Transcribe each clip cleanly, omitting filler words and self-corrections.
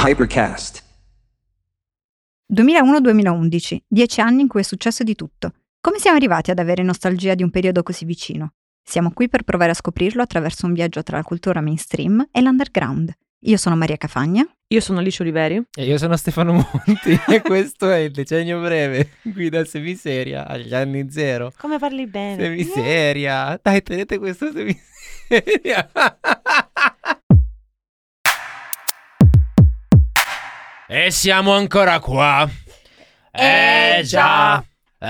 Hypercast. 2001-2011, 10 anni in cui è successo di tutto. Come siamo arrivati ad avere nostalgia di un periodo così vicino? Siamo qui per provare a scoprirlo attraverso un viaggio tra la cultura mainstream e l'underground. Io sono Maria Cafagna. Io sono Alice Oliveri. E io sono Stefano Monti e questo è il Decennio Breve, qui da semiseria agli anni zero. Come parli bene? Semiseria, dai, tenete questo semiseria. E siamo ancora qua. Già.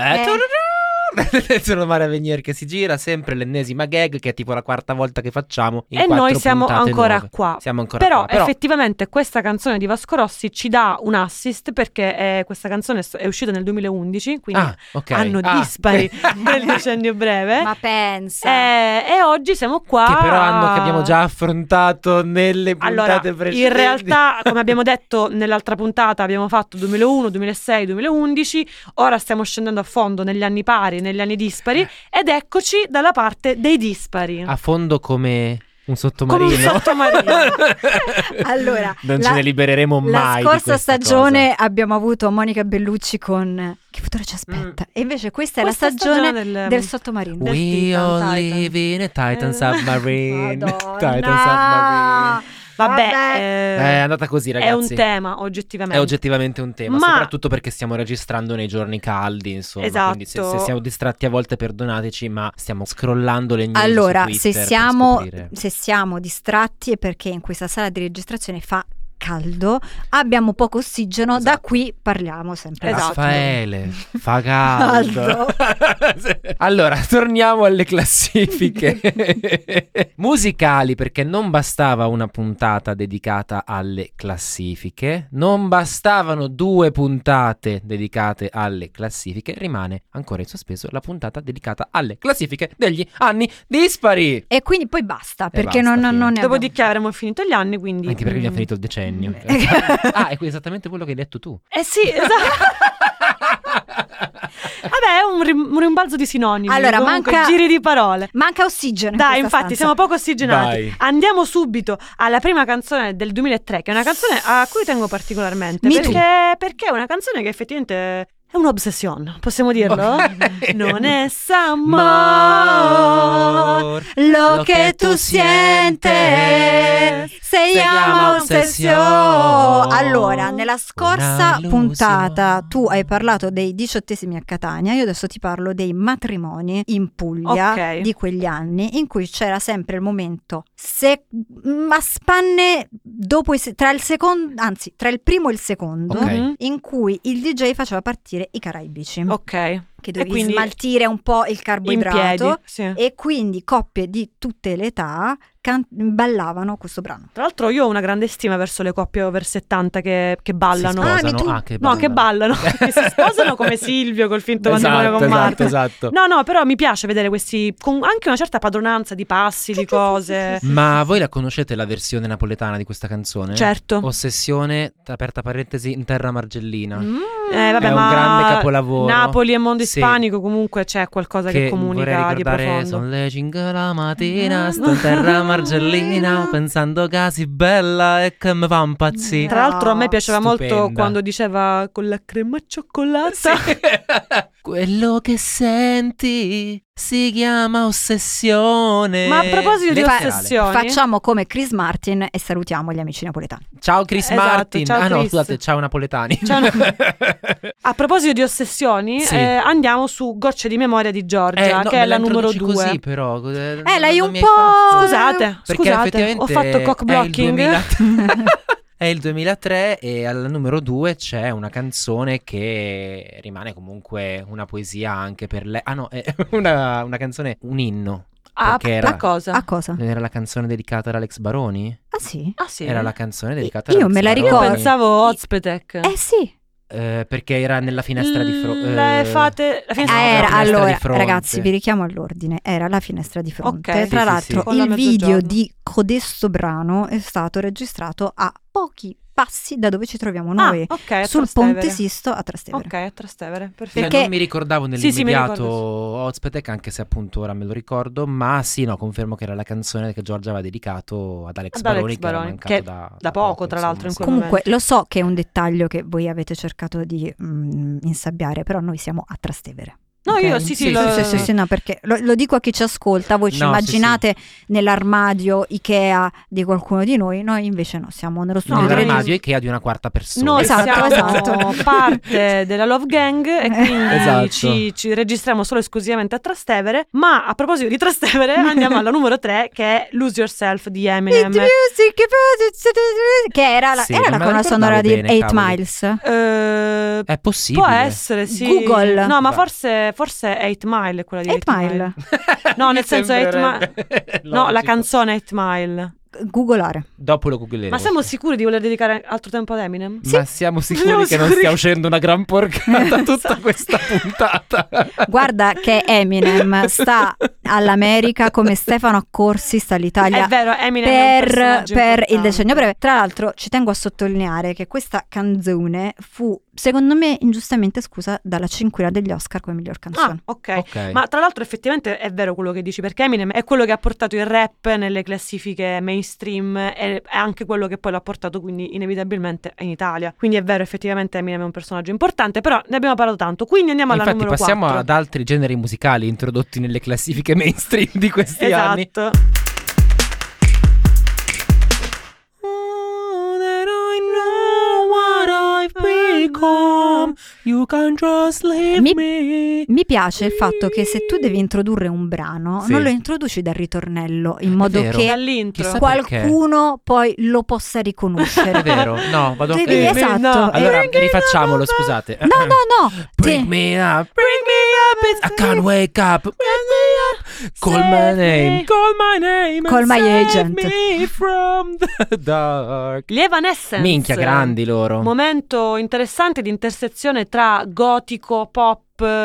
Sono Maria Venier che si gira, sempre l'ennesima gag che è tipo la quarta volta che facciamo in e 4 noi siamo puntate ancora nuove. qua. Siamo ancora però, qua. effettivamente questa canzone di Vasco Rossi ci dà un assist perché questa canzone è uscita nel 2011, quindi anno dispari del Decennio Breve. Ma pensa. E oggi siamo qua. Che però anno che abbiamo già affrontato nelle puntate precedenti. In realtà, come abbiamo detto nell'altra puntata, abbiamo fatto 2001, 2006, 2011. Ora stiamo scendendo a fondo negli anni pari, negli anni dispari, ed eccoci dalla parte dei dispari. A fondo come un sottomarino. Come un sottomarino. Allora, non ce ne libereremo mai. La scorsa di stagione cosa. abbiamo avuto Monica Bellucci con Che futuro ci aspetta. E invece questa è la stagione del sottomarino. We all Titan. live in a Titan submarine. Madonna. Titan submarine. Vabbè, È andata così, ragazzi. è un tema, oggettivamente. È oggettivamente un tema, Ma- soprattutto perché stiamo registrando nei giorni caldi, insomma. Esatto. Quindi se siamo distratti a volte perdonateci, ma stiamo scrollando le news Allora, su Twitter se per scoprire. siamo distratti è perché in questa sala di registrazione fa caldo, abbiamo poco ossigeno, da Esatto. qui parliamo sempre. Esatto. Raffaele, fa caldo. Allora, torniamo alle classifiche musicali, perché non bastava una puntata dedicata alle classifiche, non bastavano 2 puntate dedicate alle classifiche, rimane ancora in sospeso la puntata dedicata alle classifiche degli anni dispari. E quindi poi basta, perché basta, non fine. ne Dopodiché avremo finito gli anni, quindi... Anche perché abbiamo finito il decennio. È esattamente quello che hai detto tu. sì, esatto. Vabbè, è un rimbalzo di sinonimi. Allora, comunque, manca- giri di parole. Manca ossigeno in Dai, questa infatti, stanza. siamo poco ossigenati. Vai. Andiamo subito alla prima canzone del 2003, che è una canzone a cui tengo particolarmente. Me too. Perché è una canzone che effettivamente è un'obsessione, possiamo dirlo? Non è amor lo che tu sientes se llama ossessione. Allora, nella scorsa Una puntata illusione. tu hai parlato dei 18esimi a Catania, io adesso ti parlo dei matrimoni in Puglia Ok. di quegli anni, in cui c'era sempre il momento a spanne dopo tra il secondo, anzi tra il primo e il secondo, Ok. in cui il DJ faceva partire i caraibici, Ok. che dovevi quindi smaltire un po' il In carboidrato. piedi, sì. E quindi coppie di tutte le età ballavano questo brano. Tra l'altro io ho una grande stima verso le coppie over 70 che ballano. Si Ah, sposano. tu- Che No, che ballano. Che si sposano come Silvio col finto matrimonio con Marta. esatto. No, però mi piace vedere questi con anche una certa padronanza di passi, di cose. Ma voi la conoscete la versione napoletana di questa canzone? Certo. Ossessione, aperta parentesi, in terra margellina. Vabbè, È un ma grande capolavoro. Napoli e mondo Sì. ispanico comunque c'è qualcosa che Vorrei comunica di ricordare, profondo. sono le 5 la mattina, sto in terra margellina, pensando che si bella e che mi fa impazzire. Tra l'altro a me piaceva molto Stupenda. quando diceva con la crema cioccolata. Quello che senti si chiama ossessione. Ma a proposito di Letterale. ossessioni, Facciamo come Chris Martin e salutiamo gli amici napoletani. Ciao Chris Esatto, Martin. ciao No, Chris. scusate, ciao napoletani. Ciao, a proposito di ossessioni, Sì. andiamo su Gocce di memoria di Giorgia, No, che me è la numero introduci 2. così, però. L'hai non un mi hai po'- fatto. Scusate, Perché effettivamente ho fatto cock blocking. È il 2000 È il 2003 e al numero 2 c'è una canzone che rimane comunque una poesia anche per lei. Ah no, è una canzone, un inno. Perché A era, cosa? A cosa? era la canzone dedicata ad Alex Baroni? Ah sì? Ah sì? Era la canzone dedicata ad Io Alex me la Baroni. ricordo. Io pensavo Ozpetek. Sì. Perché era nella finestra di fronte. La finestra no, di la Era finestra allora, di fronte. ragazzi, vi richiamo all'ordine. Era la finestra di fronte. Ok. Tra Sì, sì, l'altro, sì. Con la il video mezzogiorno. di codesto brano è stato registrato a pochi passi da dove ci troviamo noi, ok, sul Ponte Sisto a Trastevere. Ok, a Trastevere, perfetto. Perché non mi ricordavo nell'immediato sì, mi ricordo, Ozpetec, anche se appunto ora me lo ricordo, ma sì, no, confermo che era la canzone che Giorgia aveva dedicato ad Alex Baroni, che era mancato che da poco, tra l'altro, in quel Comunque momento. lo so che è un dettaglio che voi avete cercato di insabbiare, però noi siamo a Trastevere. No, Okay? io Sì, no, perché lo dico a chi ci ascolta, voi ci No, immaginate nell'armadio Ikea di qualcuno di noi invece no, siamo nello studio di nell'armadio Ikea di una quarta persona. Noi Esatto. siamo parte della Love Gang e quindi Esatto. ci registriamo solo esclusivamente a Trastevere. Ma a proposito di Trastevere andiamo alla numero 3, che è Lose Yourself di Eminem. che era la, Sì, era la me la colonna sonora di ricordavo bene, 8 cavoli. Miles. È possibile. Può essere, sì. Google. No, ma Beh. forse 8 Mile è quella di 8 8 Mile. No, nel Mi senso 8 sembrerebbe Mile. No, la logico. canzone 8 Mile. Googolare. Dopo lo googleremo. Ma siamo sicuri di voler dedicare altro tempo ad Eminem? Ma siamo sicuri Siamo che non sicuri stia che- uscendo una gran porcata tutta questa puntata? Guarda che Eminem sta all'America come Stefano Accorsi sta all'Italia. È vero, Eminem è un per personaggio il importante. decennio breve. Tra l'altro ci tengo a sottolineare che questa canzone fu, secondo me, ingiustamente esclusa dalla cinquina degli Oscar come miglior canzone. Ok. Ok. Ma tra l'altro effettivamente è vero quello che dici, perché Eminem è quello che ha portato il rap nelle classifiche mainstream e è anche quello che poi l'ha portato quindi inevitabilmente in Italia. Quindi è vero, effettivamente Eminem è un personaggio importante, però ne abbiamo parlato tanto. Quindi andiamo alla Infatti numero passiamo 4. ad altri generi musicali introdotti nelle classifiche mainstream di questi anni. Esatto. Mi piace il fatto che se tu devi introdurre un brano, Sì. non lo introduci dal ritornello, in modo vero. che Dall'intro. Chissà qualcuno poi lo possa riconoscere. È vero? No, vado a Devi, esatto. no. Allora, rifacciamolo, scusate. No, no, no. Bring Sì. me up, Bring me up, I can't wake up. Call my name, call my name, and Call my save agent. me from the dark. Gli Evanescence. Minchia, grandi loro. Momento interessante di intersezione tra gotico, pop,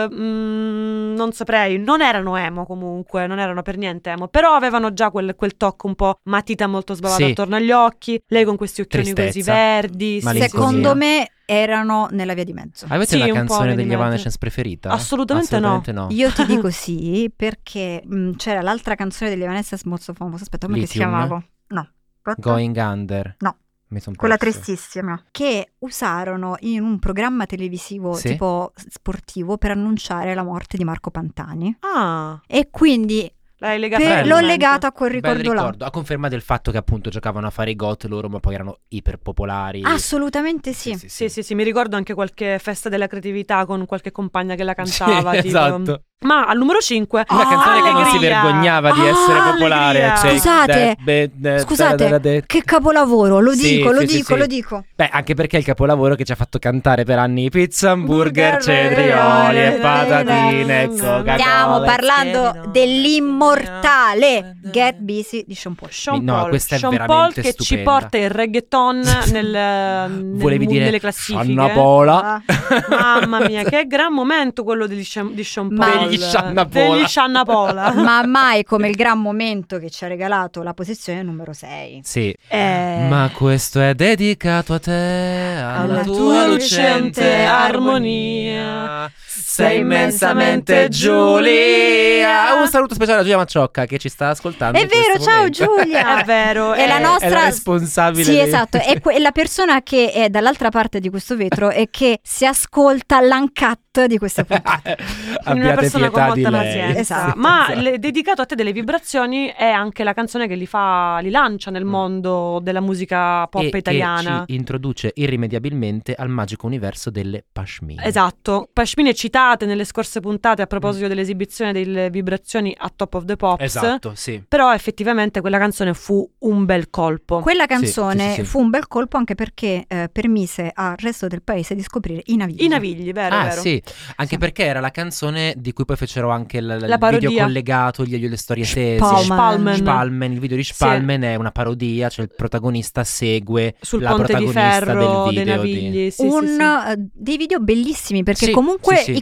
non saprei, non erano emo comunque, non erano per niente emo, però avevano già quel tocco un po' matita molto sbavata Sì. attorno agli occhi, lei con questi occhioni Tristezza. così verdi. Malinconia. Secondo me erano nella via di mezzo. Avete Sì, una un po' canzone via di degli mezzo. Evanescence preferita? Assolutamente no. Io ti dico sì, perché c'era l'altra canzone degli Evanescence molto famosa. Aspetta, come si Lithium? chiamava? No. Going Under. No. Mi son Quella perso. tristissima. Che usarono in un programma televisivo Sì. tipo sportivo per annunciare la morte di Marco Pantani. Ah, E quindi l'hai legata Bello. l'ho al legata a quel Bel ricordo là. ricordo, a conferma del fatto che appunto giocavano a fare i GOT loro, ma poi erano iper popolari. Assolutamente sì. Sì, mi ricordo anche qualche festa della creatività con qualche compagna che la cantava. Sì, tipo. esatto. Ma al numero 5 Una canzone che non si vergognava di essere popolare. Allegria. Take Scusate, that, Scusate, che capolavoro, lo Sì, dico, sì, sì, sì. lo dico. Beh, anche perché è il capolavoro che ci ha fatto cantare per anni pizza, hamburger, Burger, cetrioli e eh, patatine, eh, Coca-Cola. Stiamo parlando dell'immortale Get Busy di Sean Paul. Sean No, Paul, questa è Sean veramente Paul che ci stupenda. porta il reggaeton Volevi dire nelle classifiche. Shanna Paula. Mamma mia, che gran momento quello di Sean Ma- Paul. Degli Shanna Paula. Degli Shanna Paula. Ma mai come il gran momento che ci ha regalato la posizione numero 6. Sì. Eh, Ma questo è dedicato a te, alla alla tua tua lucente lucente armonia. armonia. Sei immensamente Giulia. Un saluto speciale a Giulia Macciocca che ci sta ascoltando. È in vero, questo ciao momento. Giulia. È vero, È la nostra È la responsabile. Sì, di- esatto, è la persona che è dall'altra parte di questo vetro e che si ascolta l'uncut di queste puntate. una Abbiate persona con pietà di molta lei. pazienza. Esatto. Ma Esatto. dedicato a te delle vibrazioni è anche la canzone che li lancia nel mondo della musica pop E italiana. che ci introduce irrimediabilmente al magico universo delle pashmine. Esatto, pashmine citate nelle scorse puntate a proposito dell'esibizione delle vibrazioni a Top of the Pops. Esatto, sì. Però effettivamente quella canzone fu un bel colpo. Quella canzone sì, sì. fu un bel colpo anche perché permise al resto del paese di scoprire i Navigli. I Navigli, vero, Ah, vero. sì, anche Sì. perché era la canzone di cui poi fecero anche il La parodia. video collegato, gli le storie tese. Spalman. Spalman, il video di Spalman è una parodia, cioè il protagonista segue Sul la ponte di protagonista ferro del dei video Navigli. Sì, un sì, sì. dei video bellissimi perché Sì, comunque sì, sì. i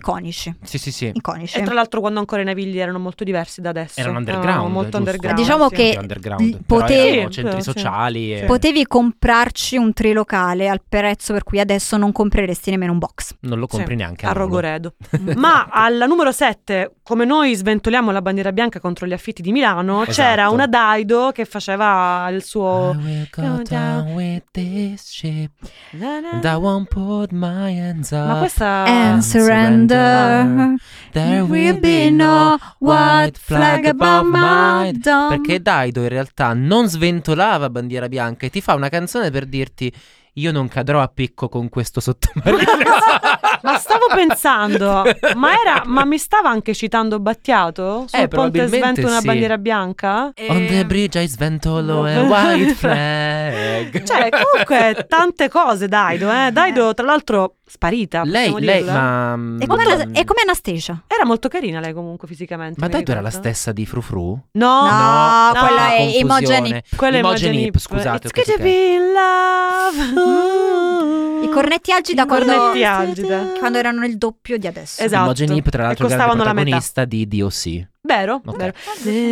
iconici. Sì. Iconici. E tra l'altro quando ancora i Navigli erano molto diversi da adesso. Erano underground, molto giusto? underground. Diciamo sì. che underground, potevi- erano centri sociali. E... Potevi comprarci un trilocale al prezzo per cui adesso non compreresti nemmeno un box. Non lo compri neanche a Rogoredo. Ma alla numero 7, come noi sventoliamo la bandiera bianca contro gli affitti di Milano, c'era una Daido che faceva il suo I will go down with this ship and I won't put my hands up. Ma questa And surrender, there will be no white flag above my dome. Perché Daido in realtà non sventolava bandiera bianca e ti fa una canzone per dirti: io non cadrò a picco con questo sottomarino. Ma stavo pensando, ma mi stava anche citando Battiato? Sul ponte probabilmente svento una sì. bandiera bianca? On the bridge I sventolo a white flag. Cioè, comunque, tante cose Daido, Daido, tra l'altro, sparita. Lei, possiamo dirla? ma... È come Anastasia. Era molto carina lei comunque fisicamente. Ma mi Daido era la ricordo. stessa di Frufru? No, No, quella è confusione. Imogen quella è Imogen Heap, Imogen scusate. It's good to be in love. I cornetti Algida I cornetti quando, Algida. quando erano il doppio di adesso. Esatto. Imogen Heap, tra l'altro, E grande costavano la metà. protagonista di DOC. Vero, Ok. vero.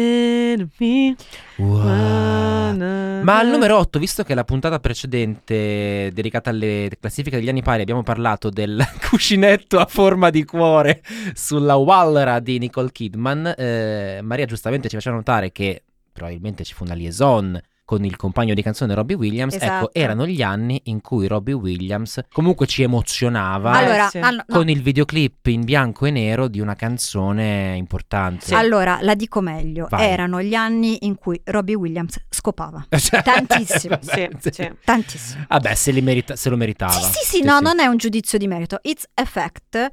Ma al numero 8, visto che la puntata precedente dedicata alle classifiche degli anni pari abbiamo parlato del cuscinetto a forma di cuore sulla Wallera di Nicole Kidman, Maria giustamente ci faceva notare che probabilmente ci fu una liaison con il compagno di canzone Robbie Williams. Esatto. Ecco, erano gli anni in cui Robbie Williams comunque ci emozionava Allora, sì. no. con il videoclip in bianco e nero di una canzone importante. Allora, la dico meglio. Vai. Erano gli anni in cui Robbie Williams scopava. Cioè, Tantissimo. Sì, sì. Tantissimo. Vabbè, se lo meritava. Sì, no, non è un giudizio di merito. It's Effect,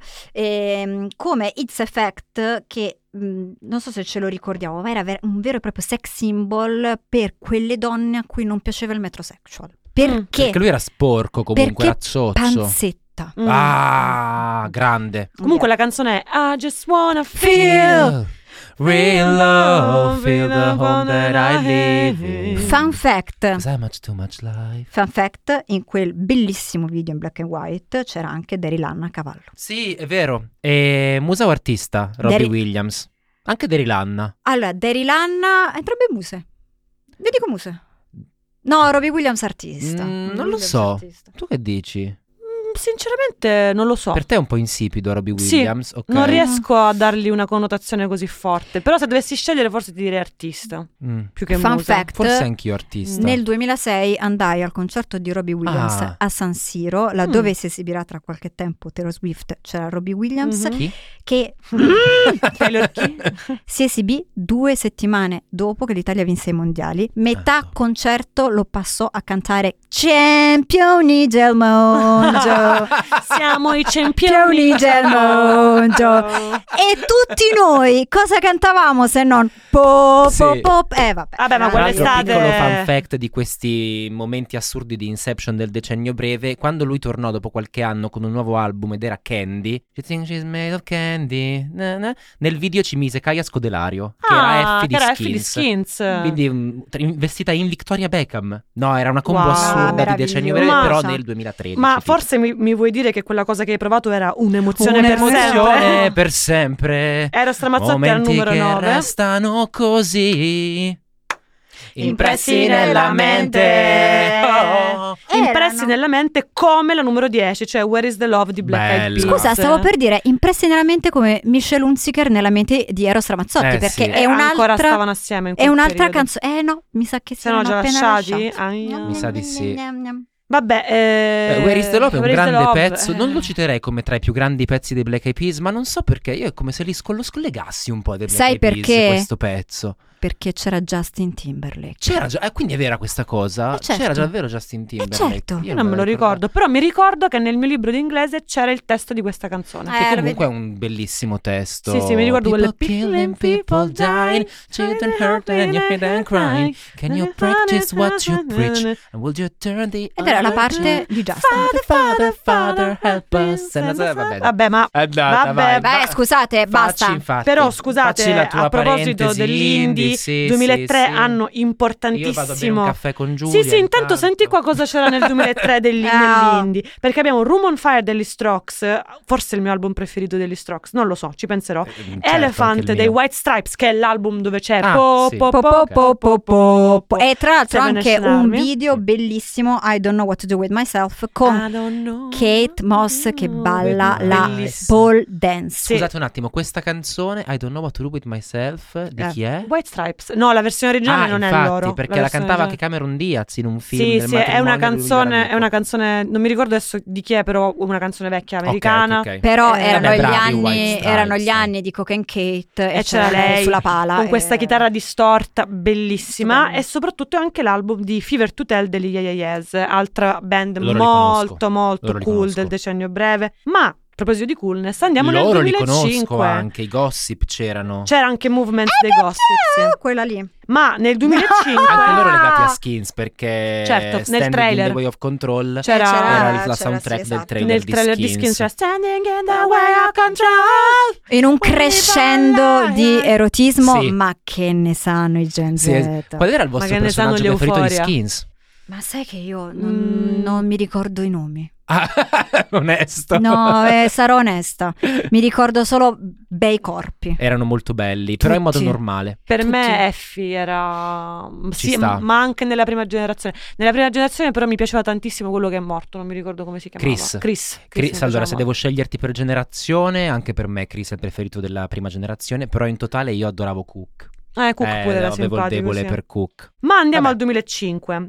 come It's Effect che non so se ce lo ricordiamo, ma era un vero e proprio sex symbol per quelle donne a cui non piaceva il metrosexual. Perché lui era sporco comunque, Perché razzoccio. panzetta. Ah, grande. Comunque la canzone è I just wanna feel Real love, feel the home that I live in. Fun fact, 'Cause I much too much life. fun fact, in quel bellissimo video in black and white c'era anche Daryl Hannah a cavallo. Sì, è vero. E musa o artista? Robbie Daryl- Williams. Anche Daryl Hannah. Allora, Daryl Hannah, entrambe muse. Io dico muse. No, Robbie Williams artista. Non lo Williams so. artista. Tu che dici? Sinceramente non lo so. Per te è un po' insipido Robbie Sì, Williams? Ok. non riesco a dargli una connotazione così forte. Però se dovessi scegliere forse ti direi artista più che Fun musa. fact, Forse anch'io artista. nel 2006 andai al concerto di Robbie Williams Ah. a San Siro, laddove si esibirà tra qualche tempo Taylor Swift. C'era Robbie Williams Mhm. Chi? che Taylor chi? si esibì 2 settimane dopo che l'Italia vinse i mondiali. Metà Ecco. concerto lo passò a cantare Campioni del mondo. Siamo i Campioni campioni del mondo. E tutti noi cosa cantavamo se non pop Sì. pop pop? Vabbè. Vabbè, ma Tra l'altro, quell'estate- piccolo fun fact di questi momenti assurdi di Inception del decennio breve, quando lui tornò dopo qualche anno con un nuovo album ed era Candy, You think she's made of candy? Na, na. Nel video ci mise Kaya Scodelario, che era F che era F di di Skins. Skins. Quindi vestita in Victoria Beckham. No, era una combo Wow. assurda di decennio breve, Meravigliosa. però nel 2013. Ma tipo. forse mi vuoi dire che quella cosa che hai provato era un'emozione, Un'emozione per sempre? per sempre. Era Stramazzotti al Momenti numero che 9. restano così Impressi nella mente. Oh. Impressi Erano. nella mente come la numero 10, cioè Where is the Love di Black Eyed Bello. Peas. Scusa, stavo per dire impressi nella mente come Michelle Hunziker nella mente di Eros Ramazzotti, Eh, perché sì. è Ancora un'altra stavano assieme in è quel un'altra periodo. canzone. No, mi sa che si Sono erano già appena lasciati? lasciati. Mi sa di sì. Vabbè, Where is the Love è un Where is the grande Love? pezzo. Non lo citerei come tra i più grandi pezzi dei Black Eyed Peas, ma non so perché. Io è come se lo scollegassi un po' dei Black Sai Eyed Peas, perché? questo pezzo. Perché c'era Justin Timberlake. C'era già, quindi è vera questa cosa? certo. C'era già davvero Justin Timberlake. certo. Io non me lo ricordo, però mi ricordo che nel mio libro di inglese c'era il testo di questa canzone. Che comunque è un bellissimo testo. Sì, mi ricordo quelle People killing, people dying, children hurt and you hear them crying. Can you practice what you preach? And will you turn the Ed era la other parte cheek? di Justin. Father, help us. Vabbè, ma Andata, vabbè, Beh, scusate, basta. Infatti, però scusate, facci la tua a proposito parentesi dell'indie Sì, 2003 anno importantissimo. Io vado a bere un caffè con Giulia. Sì, intanto senti qua cosa c'era nel 2003 nell'indie, perché abbiamo Room on Fire degli Strokes, forse il mio album preferito degli Strokes, non lo so, ci penserò. Certo, Elephant dei White Stripes, che è l'album dove c'è E tra l'altro anche un video bellissimo, I Don't Know What to Do With Myself, con Kate Moss che balla la pole dance. Scusate un attimo, questa canzone I Don't Know What to Do With Myself di chi è? White Stripes. No, la versione originale non infatti, è loro. Perché la cantava anche Cameron Diaz in un film. Sì, è una canzone, non mi ricordo adesso di chi è, però una canzone vecchia americana. Okay. Però erano gli anni di Cocaine Kate e c'era lei sulla pala con questa chitarra distorta bellissima, e soprattutto anche l'album di Fever to Tell degli Yeah Yeah Yeahs, altra band molto cool del decennio breve. Ma a proposito di coolness, andiamo nel 2005. Loro li conosco anche, i Gossip c'era anche Movement dei Gossip, quella lì. Ma nel 2005 anche loro legati a Skins, perché certo, nel trailer in the Way of Control c'era la soundtrack esatto. del trailer, nel trailer di Skins c'era Standing in the Way of Control, in un crescendo di erotismo, ma che ne sanno i Gen Z? Qual era il vostro personaggio preferito di Skins? Ma sai che io non mi ricordo i nomi. Onesto. No, sarò onesta. Mi ricordo solo bei corpi. Erano molto belli, però in modo normale. Per me Effie era ma anche nella prima generazione. Nella prima generazione però mi piaceva tantissimo quello che è morto, non mi ricordo come si chiamava. Chris. Allora, se devo sceglierti per generazione, anche per me Chris è il preferito della prima generazione, però in totale io adoravo Cook. Cook pure era simpatico. Avevo il debole per Cook. Ma andiamo al 2005.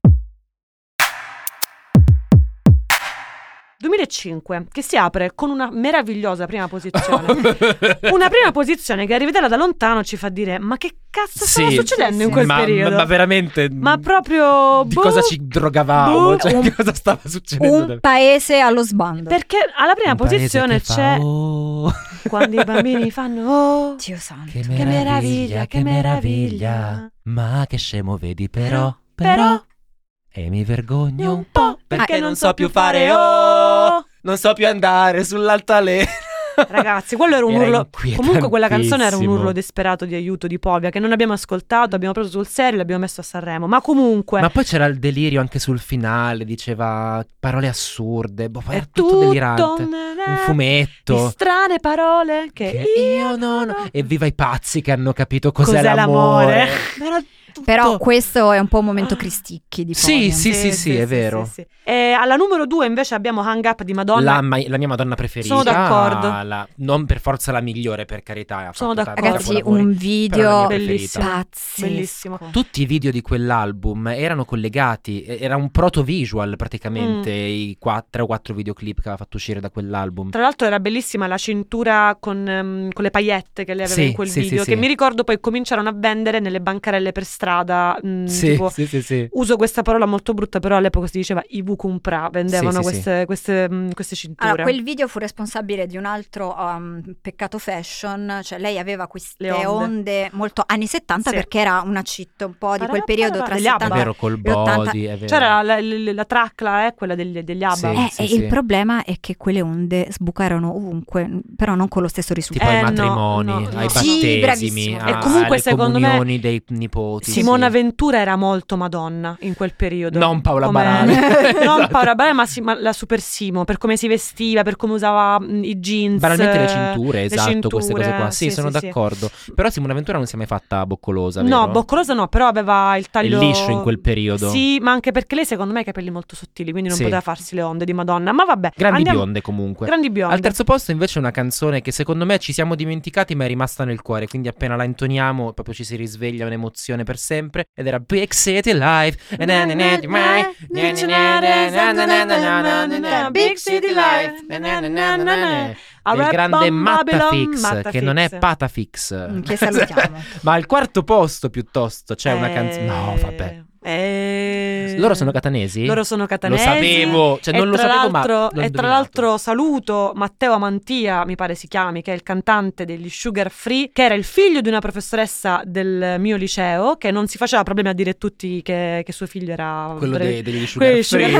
2005, che si apre con una meravigliosa prima posizione. Una prima posizione che a rivederla da lontano ci fa dire: ma che cazzo stava succedendo in quel periodo? Ma veramente. Ma proprio di cosa ci drogavamo? Che cosa stava succedendo? Un paese allo sbando. Perché alla prima posizione c'è quando i bambini fanno Dio santo, che meraviglia. Ma che scemo vedi però. E mi vergogno un po' perché non so più fare non so più andare sull'altalena. Ragazzi, quello era un urlo. Comunque quella canzone era un urlo desperato di aiuto di Povia, che non abbiamo ascoltato, abbiamo preso sul serio e l'abbiamo messo a Sanremo. Ma comunque. Ma poi c'era il delirio anche sul finale, diceva parole assurde, era tutto delirante. Un fumetto di strane parole che io non ho. Evviva i pazzi che hanno capito cos'è l'amore. Però questo è un po' un momento Cristicchi di Povia. Sì, è vero. Sì. E alla numero 2 invece abbiamo Hang Up di Madonna. La mia Madonna preferita. Sono d'accordo. Non per forza la migliore, per carità. Sono d'accordo. Ragazzi, un video bellissimo. Pazzesco. Bellissimo. Tutti i video di quell'album erano collegati. Era un proto-visual praticamente. I 3 o 4 videoclip che aveva fatto uscire da quell'album. Tra l'altro era bellissima la cintura con le paillette che lei aveva in quel video. Che mi ricordo poi cominciarono a vendere nelle bancarelle per strada. Tipo, uso questa parola molto brutta, però all'epoca si diceva i Vucumpra, vendevano queste cinture. Allora, quel video fu responsabile di un altro peccato fashion, cioè lei aveva queste onde molto anni 70 perché era una cheat un po' di quel periodo tra 70 è vero, col body, è vero. C'era la tracla, quella degli ABBA. Il problema è che quelle onde sbucarono ovunque, però non con lo stesso risultato. Tipo ai matrimoni, ai battesimi, e comunque secondo me dei nipoti. Simona Ventura era molto Madonna in quel periodo. Non Paola Barale. Non Paola Barale, ma la Super Simo, per come si vestiva, per come usava i jeans. Banalmente le cinture, queste cose qua. Sì, sono d'accordo. Però Simona Ventura non si è mai fatta boccolosa, vero? No, boccolosa no, però aveva il taglio liscio in quel periodo. Sì, ma anche perché lei secondo me ha i capelli molto sottili, quindi non poteva farsi le onde di Madonna. Ma vabbè. Bionde comunque. Grandi bionde. Al terzo posto invece una canzone che secondo me ci siamo dimenticati ma è rimasta nel cuore, quindi appena la intoniamo proprio ci si risveglia un'emozione per sempre, ed era Big City Life. Big City Life. Il grande Mattafix, che non è Patafix. Che salutiamo. Ma al quarto posto piuttosto c'è una canzone. No, vabbè. Loro sono catanesi? Loro sono catanesi. Lo sapevo, cioè non lo sapevo, ma l'ho e tra l'altro saluto Matteo Amantia, mi pare si chiami, che è il cantante degli Sugar Free, che era il figlio di una professoressa del mio liceo, che non si faceva problemi a dire a tutti che suo figlio era quello degli Sugar Free.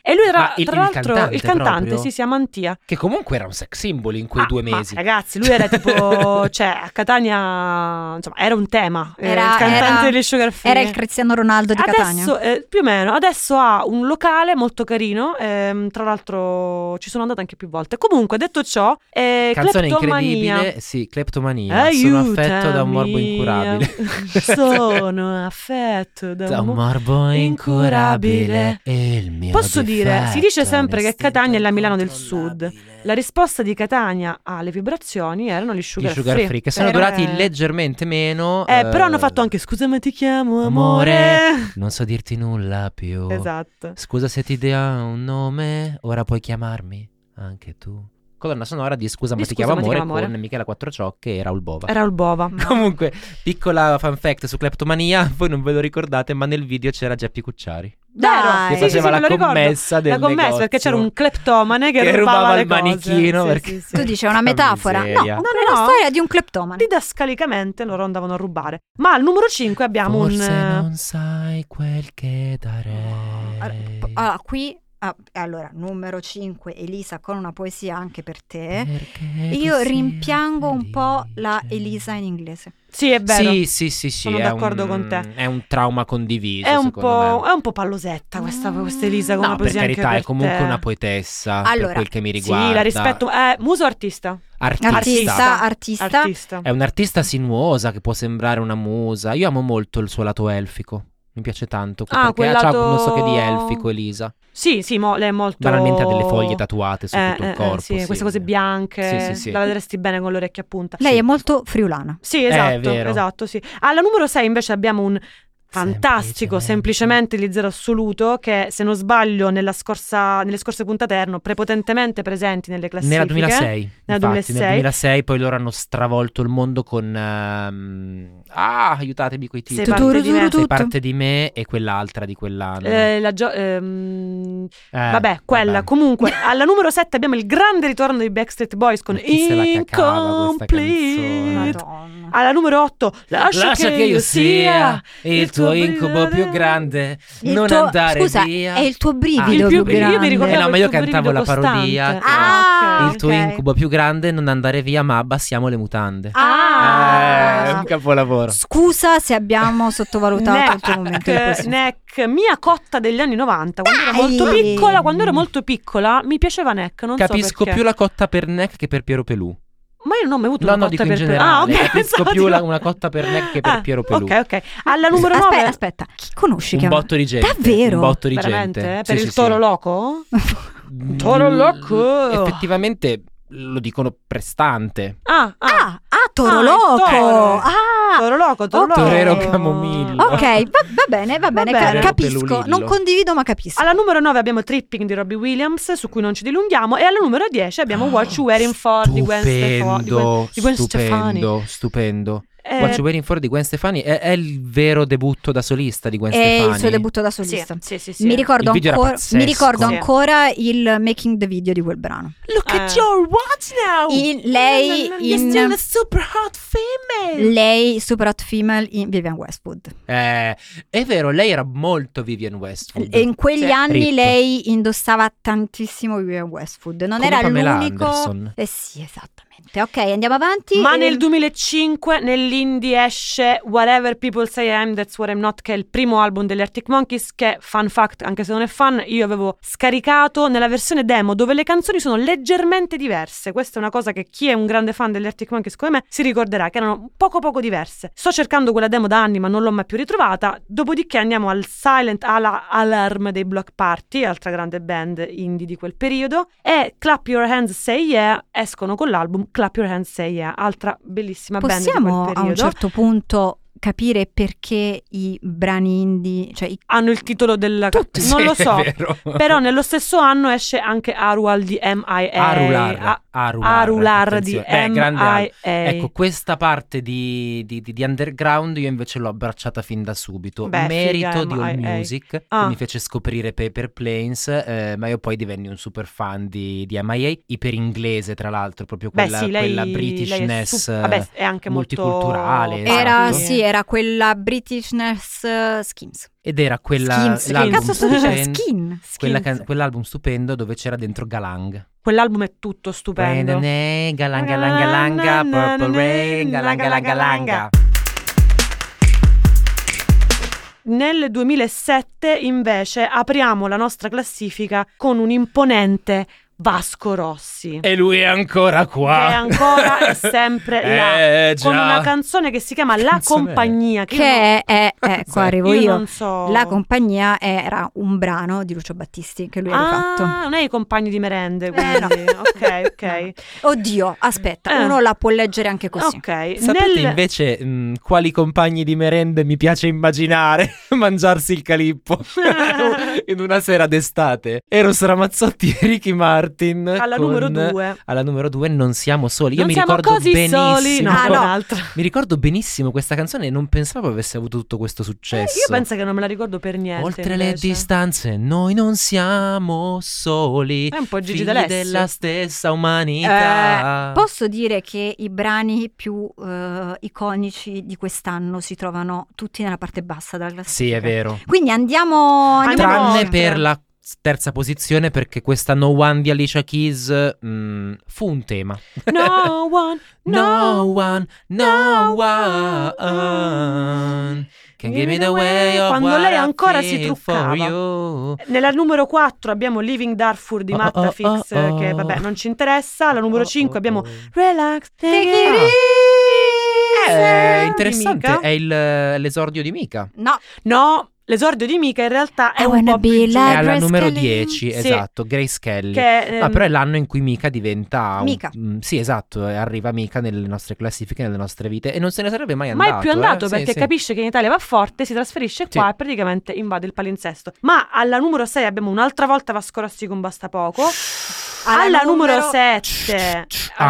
E lui era, Ma tra l'altro, il cantante, proprio? sì, Amantia. Che comunque era un sex symbol in quei 2 mesi. Ma ragazzi, lui era tipo, cioè a Catania, insomma, era un tema. Il cantante degli Sugar Free. Era il Cristiano Ronaldo di Catania. Adesso, più o meno, adesso ha un locale molto carino, tra l'altro ci sono andata anche più volte. Comunque, detto ciò, Canzone Cleptomania. incredibile, sì, Cleptomania. Sono affetto da un morbo incurabile. Sono affetto da un morbo incurabile. E il mio Posso dire, si dice sempre che istinto Catania è la Milano del Sud. incontrollabile. La risposta di Catania alle vibrazioni erano gli Sugar, Free, che sono durati leggermente meno. Però hanno fatto anche scusa ma ti chiamo amore. Non so dirti nulla più. Esatto. Scusa se ti do un nome, ora puoi chiamarmi anche tu. Colonna sonora di Scusa ma ti chiamo amore con Michela Quattrociocche e Raul Bova. Raul Bova. Comunque, piccola fan fact su Kleptomania, voi non ve lo ricordate, ma nel video c'era Geppi Cucciari. Dai, che faceva la commessa del negozio, perché c'era un cleptomane che rubava il manichino. Sì. Tu dici è una metafora? No, è la storia di un cleptomane. Didascalicamente loro andavano a rubare. Ma al numero 5 abbiamo Forse non sai quel che darei. Qui allora, numero 5, Elisa con una poesia anche per te. Perché io rimpiango un po' la Elisa in inglese. Sì, è vero. Sì. Sono d'accordo con te. È un trauma condiviso. È un po' pallosetta questa Elisa con una poesia. Per carità, anche è comunque te. una poetessa. Allora, per quel che mi riguarda. Sì, la rispetto. Muso o artista? Artista. È un'artista sinuosa che può sembrare una musa. Io amo molto il suo lato elfico. Mi piace tanto. Perché ha non so che di elfico, Elisa. Sì, lei è molto. Banalmente ha delle foglie tatuate su tutto il corpo. Sì, queste cose bianche. Sì. La vedresti bene con le orecchie a punta. Lei è molto friulana. Sì, esatto, sì. Alla numero 6 invece abbiamo un fantastico, semplicemente di zero assoluto, che se non sbaglio nelle scorse puntate erano prepotentemente presenti nelle classifiche. Nel 2006. Nel 2006 poi loro hanno stravolto il mondo con aiutatemi coi titoli. Sei parte di me e quell'altra di quell'anno. Vabbè, quella. Vabbè. Comunque, alla numero 7 abbiamo il grande ritorno dei Backstreet Boys con Incomplete. Alla numero 8 Lascia che io sia il tuo incubo più grande, non andare via. È il tuo brivido più grande. Io mi ricordavo ma io cantavo la parodia. Il tuo incubo più grande, non andare via, ma abbassiamo le mutande. È un capolavoro. Scusa se abbiamo sottovalutato il tuo momento di poesia. Mia cotta degli anni 90, quando ero molto piccola, mi piaceva Neck, non Capisco so perché. Più la cotta per Neck che per Piero Pelù. Ma io non ho mai avuto una cotta per Pelù. Capisco più una cotta per Neck che per Piero Pelù. Ok. Alla numero 9. Aspetta, chi conosci? Un botto di gente. Davvero? Un botto di veramente? gente. Per il Toro Loco? Toro Loco. Effettivamente lo dicono prestante. Toro Loco. Toro Loco. Torero Camomillo. Ok, va bene, capisco. Non condivido, ma capisco. Alla numero 9 abbiamo Tripping di Robbie Williams, su cui non ci dilunghiamo. E alla numero 10 abbiamo What You Wearing For di Gwen Stefani. Stupendo. What You Waiting For di Gwen Stefani è il vero debutto da solista di Gwen Stefani. È il suo debutto da solista. Sì. Mi ricordo pazzesco. ancora il making the video di quel brano. Look at your watch now. Lei You're still a super hot female. Lei super hot female in Vivienne Westwood. È vero, lei era molto Vivienne Westwood. E in quegli anni Rip. lei indossava tantissimo Vivienne Westwood. Non come era Pamela l'unico. Anderson. Sì, esattamente. Ok, andiamo avanti. Ma nel 2005 nell'indie esce Whatever People Say I Am, That's What I'm Not, che è il primo album degli Arctic Monkeys, che, fun fact, anche se non è fan, io avevo scaricato nella versione demo, dove le canzoni sono leggermente diverse. Questa è una cosa che chi è un grande fan degli Arctic Monkeys come me si ricorderà, che erano poco diverse. Sto cercando quella demo da anni, ma non l'ho mai più ritrovata. Dopodiché andiamo al Silent Alarm dei Block Party, altra grande band indie di quel periodo, e Clap Your Hands Say Yeah escono con l'album Clap Your Hands Say Yeah, altra bellissima band di quel periodo. Possiamo a un certo punto capire perché i brani indie, cioè hanno il titolo del non lo so, però nello stesso anno esce anche Arular di M.I.A. Arular di M.I.A. Ecco, questa parte di underground io invece l'ho abbracciata fin da subito. Merito di AllMusic, che mi fece scoprire Paper Planes, ma io poi divenni un super fan di M.I.A. iper inglese, tra l'altro, proprio quella Britishness è anche multiculturale. Molto... era quella Britishness Skins. Ed era quella Skins, che cazzo sto dicendo? Quell'album stupendo dove c'era dentro Galang. Quell'album è tutto stupendo. Galanga, langa, langa, Purple Rain, galanga, langa, langa. Nel 2007 invece apriamo la nostra classifica con un imponente Vasco Rossi. E lui è ancora qua. Che è ancora e sempre là. Già. Con una canzone che si chiama La Compagnia. Che è qua arrivo io. Non so. La Compagnia era un brano di Lucio Battisti che lui ha rifatto. Non è I compagni di merende, quindi. No. Ok. Oddio, aspetta, uno la può leggere anche così. Ok. Sapete invece quali compagni di merende mi piace immaginare mangiarsi il calippo in una sera d'estate? Eros Ramazzotti e Ricky Martin. Alla numero 2. Alla numero 2 Non siamo soli. Io non mi siamo ricordo così benissimo. Soli. No. Mi ricordo benissimo questa canzone e non pensavo avesse avuto tutto questo successo. Io penso che non me la ricordo per niente. Oltre invece. le distanze noi non siamo soli. È un po' Gigi figli D'Alessio. della stessa umanità. Posso dire che i brani più iconici di quest'anno si trovano tutti nella parte bassa della classifica. Sì, è vero. Quindi andiamo Tranne oltre. per la terza posizione, perché questa No One di Alicia Keys fu un tema. No one can give me the way of quando what lei I ancora feel si truccava. for you. Nella numero 4 abbiamo Living Darfur di Matta Fix, che vabbè non ci interessa. La numero 5 abbiamo Relax, take it easy. Interessante, di Mika. è l'esordio di Mika. No, l'esordio di Mika in realtà è I un wanna po' più be giù. like È alla Grace numero Kelly. 10, Sì. esatto, Grace Kelly. Che, No, però è l'anno in cui Mika diventa Mika. Sì, esatto, arriva Mika nelle nostre classifiche, nelle nostre vite, e non se ne sarebbe mai andato. mai più andato Sì, perché sì. capisce che in Italia va forte, si trasferisce qua Sì. e praticamente invade il palinsesto. Ma alla numero 6 abbiamo un'altra volta Vasco Rossi con Basta Poco. Alla numero 7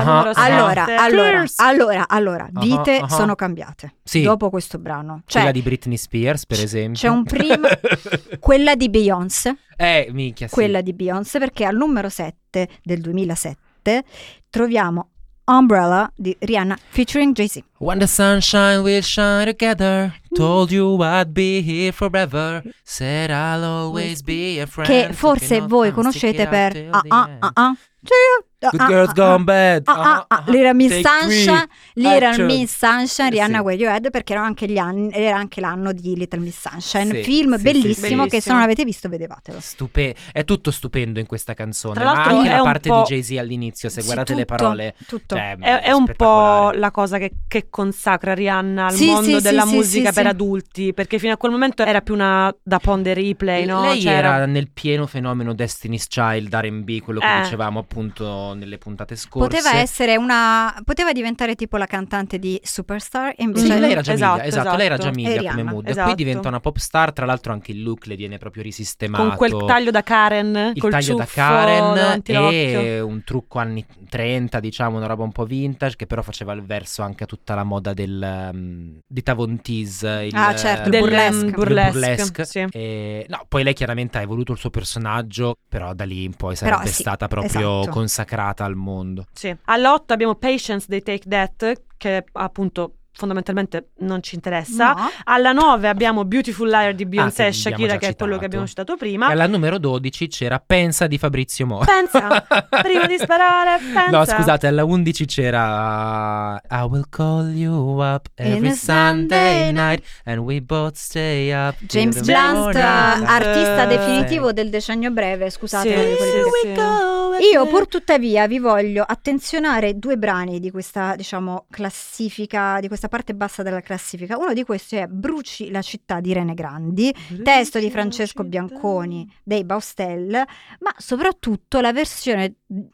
Allora, vite Ah. sono cambiate Sì. dopo questo brano. Quella Cioè, di Britney Spears, per esempio. c'è un prima, quella di Beyoncé, minchia, sì. quella di Beyoncé, perché al numero 7 del 2007 troviamo Umbrella di Rihanna featuring Jay-Z. When the sunshine will shine together, told you I'd be here forever, said I'll always be a friend. Che forse voi conoscete per Good Girls Gone Bad. Little Miss Take Sunshine, three, Little action. Miss Sunshine, Rihanna Sì. Radiohead, perché erano anche era anche l'anno di Little Miss Sunshine, Sì, film sì, bellissimo sì. che se non avete visto vedevatelo. È tutto stupendo in questa canzone, Tra ma l'altro anche è la un parte po'- di Jay-Z all'inizio, se Sì, guardate le tutto, parole, tutto. cioè, È un po' spettacolare. la cosa che consacra Rihanna al Sì, mondo sì, della sì, musica sì, per sì. adulti, perché fino a quel momento era più una da Pond Replay, no? Lei Cioè, era nel pieno fenomeno Destiny's Child, R&B, quello che dicevamo appunto nelle puntate scorse. Poteva diventare tipo la cantante di Superstar e Sì, invece lei era già Esatto, media, esatto, lei era già esatto. media E come Rihanna, mood. esatto. Poi diventa una pop star, tra l'altro anche il look le viene proprio risistemato. con quel taglio da Karen, Il col taglio da ciuffo Karen davanti l'occhio. e un trucco anni 30, diciamo, una roba un po' vintage, che però faceva il verso anche a tutta la moda di Tavon Tease, certo, il Del burlesque. burlesque, sì. No, poi lei chiaramente ha evoluto il suo personaggio, però da lì in poi sarebbe Però sì, stata proprio esatto. consacrata al mondo. Sì. Alla 8 abbiamo Patience dei Take That, che appunto fondamentalmente non ci interessa. No. Alla 9 abbiamo Beautiful Liar di Beyoncé e che abbiamo Shakira, già che è quello che citato. abbiamo citato E prima. alla numero 12 c'era Pensa di Fabrizio Moro. Pensa, prima di sparare, pensa. No, scusate, alla 11 c'era I will call you up every In a Sunday Sunday night and we both stay up till James the Blunt, morning. artista definitivo del decennio breve, scusate. Sì, quelli sì, che- sì. Io pur tuttavia vi voglio attenzionare due brani di questa, diciamo, classifica, di questa parte bassa della classifica. Uno di questi è Bruci la città di Rene Grandi, testo di Francesco Bianconi dei Baustel, ma soprattutto la versione